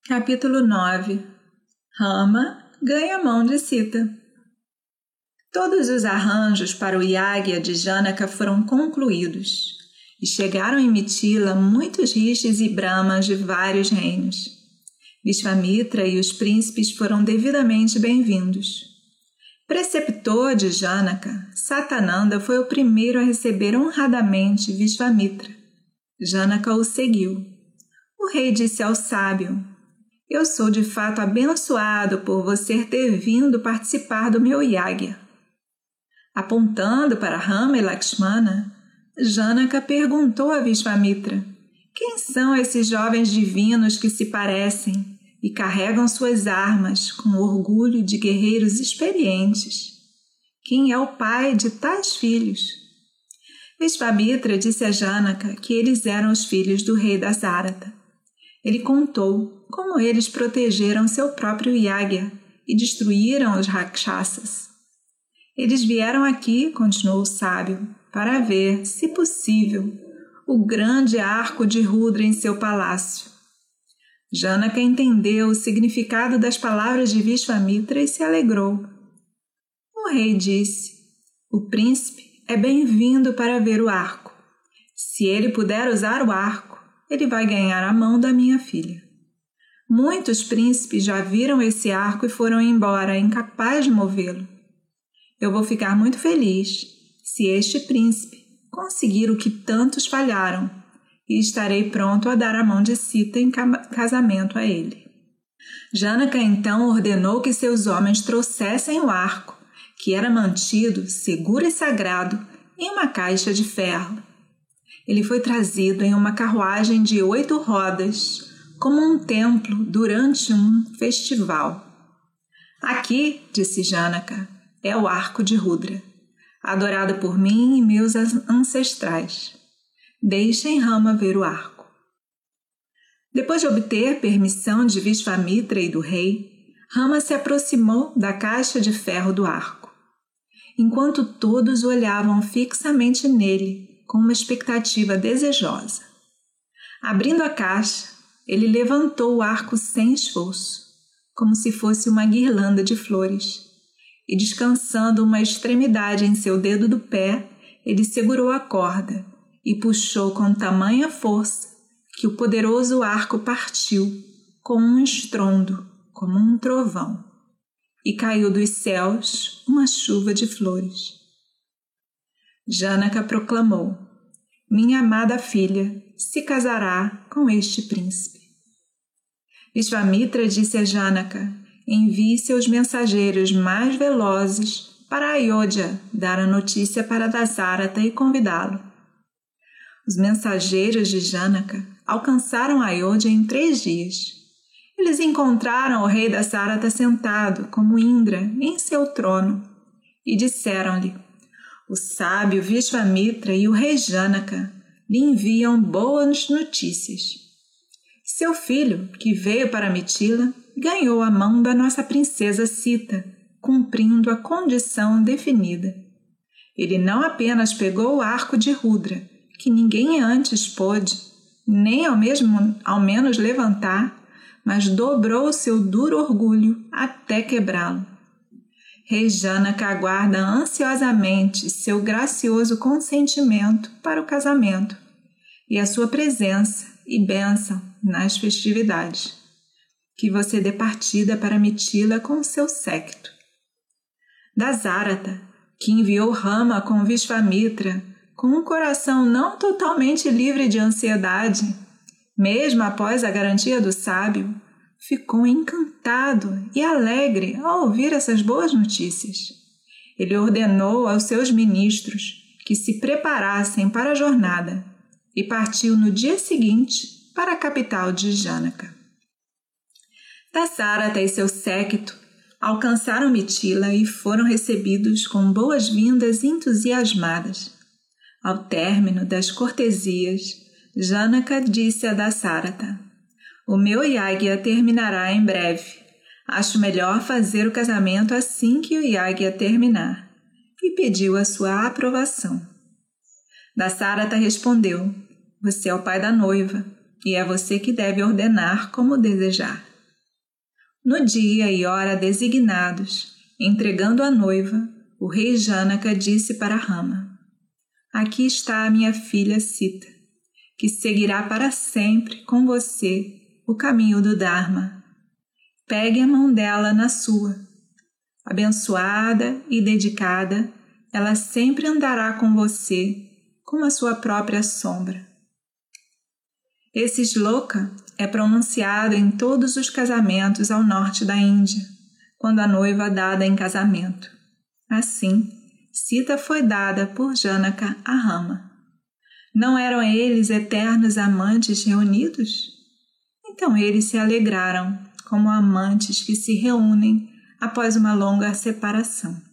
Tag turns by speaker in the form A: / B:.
A: Capítulo 9. Rama ganha a mão de Sita. Todos os arranjos para o Yagya de Janaka foram concluídos, e chegaram em Mithila muitos rishis e brahmas de vários reinos. Vishvamitra e os príncipes foram devidamente bem-vindos. Preceptor de Janaka, Satananda foi o primeiro a receber honradamente Vishvamitra. Janaka o seguiu. O rei disse ao sábio: "Eu sou de fato abençoado por você ter vindo participar do meu Yagya." Apontando para Rama e Lakshmana, Janaka perguntou a Vishvamitra: "Quem são esses jovens divinos que se parecem e carregam suas armas com orgulho de guerreiros experientes? Quem é o pai de tais filhos?" Vishvamitra disse a Janaka que eles eram os filhos do rei Dasarata. Ele contou como eles protegeram seu próprio Yagya e destruíram os Rakshasas. Eles vieram aqui, continuou o sábio, para ver, se possível, o grande arco de Rudra em seu palácio. Janaka entendeu o significado das palavras de Vishvamitra e se alegrou. O rei disse: "O príncipe é bem-vindo para ver o arco. Se ele puder usar o arco, ele vai ganhar a mão da minha filha." Muitos príncipes já viram esse arco e foram embora, incapazes de movê-lo. Eu vou ficar muito feliz se este príncipe conseguir o que tantos falharam, e estarei pronto a dar a mão de Sita em casamento a ele. Janaka então ordenou que seus homens trouxessem o arco, que era mantido, seguro e sagrado, em uma caixa de ferro. Ele foi trazido em uma carruagem de 8 rodas, como um templo durante um festival. "Aqui", disse Janaka, "é o arco de Rudra, adorado por mim e meus ancestrais. Deixem Rama ver o arco." Depois de obter permissão de Vishvamitra e do rei, Rama se aproximou da caixa de ferro do arco. Enquanto todos olhavam fixamente nele, com uma expectativa desejosa. Abrindo a caixa, ele levantou o arco sem esforço, como se fosse uma guirlanda de flores, e descansando uma extremidade em seu dedo do pé, ele segurou a corda e puxou com tamanha força que o poderoso arco partiu com um estrondo, como um trovão, e caiu dos céus uma chuva de flores. Janaka proclamou: "Minha amada filha se casará com este príncipe." Vishvamitra disse a Janaka: "Envie seus mensageiros mais velozes para Ayodhya dar a notícia para Dasarata e convidá-lo." Os mensageiros de Janaka alcançaram Ayodhya em 3 dias. Eles encontraram o rei Dasarata sentado, como Indra, em seu trono, e disseram-lhe: "O sábio Vishvamitra e o rei Janaka lhe enviam boas notícias. Seu filho, que veio para Mithila, ganhou a mão da nossa princesa Sita, cumprindo a condição definida. Ele não apenas pegou o arco de Rudra, que ninguém antes pôde, nem ao menos levantar, mas dobrou seu duro orgulho até quebrá-lo. Rei Janaka aguarda ansiosamente seu gracioso consentimento para o casamento e a sua presença e bênção nas festividades. Que você dê partida para Mithila com seu séquito." Dasarata, que enviou Rama com Vishvamitra, com um coração não totalmente livre de ansiedade, mesmo após a garantia do sábio, ficou encantado e alegre ao ouvir essas boas notícias. Ele ordenou aos seus ministros que se preparassem para a jornada e partiu no dia seguinte para a capital de Janaka. Dasarata e seu séquito alcançaram Mithila e foram recebidos com boas-vindas entusiasmadas. Ao término das cortesias, Janaka disse a Dasarata: "O meu Yagya terminará em breve. Acho melhor fazer o casamento assim que o Yagya terminar." E pediu a sua aprovação. Dasarata respondeu: "Você é o pai da noiva, e é você que deve ordenar como desejar." No dia e hora designados, entregando a noiva, o rei Janaka disse para Rama: Aqui está a minha filha Sita, que seguirá para sempre com você o caminho do Dharma. Pegue a mão dela na sua. Abençoada e dedicada, ela sempre andará com você, como a sua própria sombra. Esse shloka é pronunciado em todos os casamentos ao norte da Índia, quando a noiva é dada em casamento. Assim, Sita foi dada por Janaka a Rama. Não eram eles eternos amantes reunidos? Então eles se alegraram, como amantes que se reúnem após uma longa separação.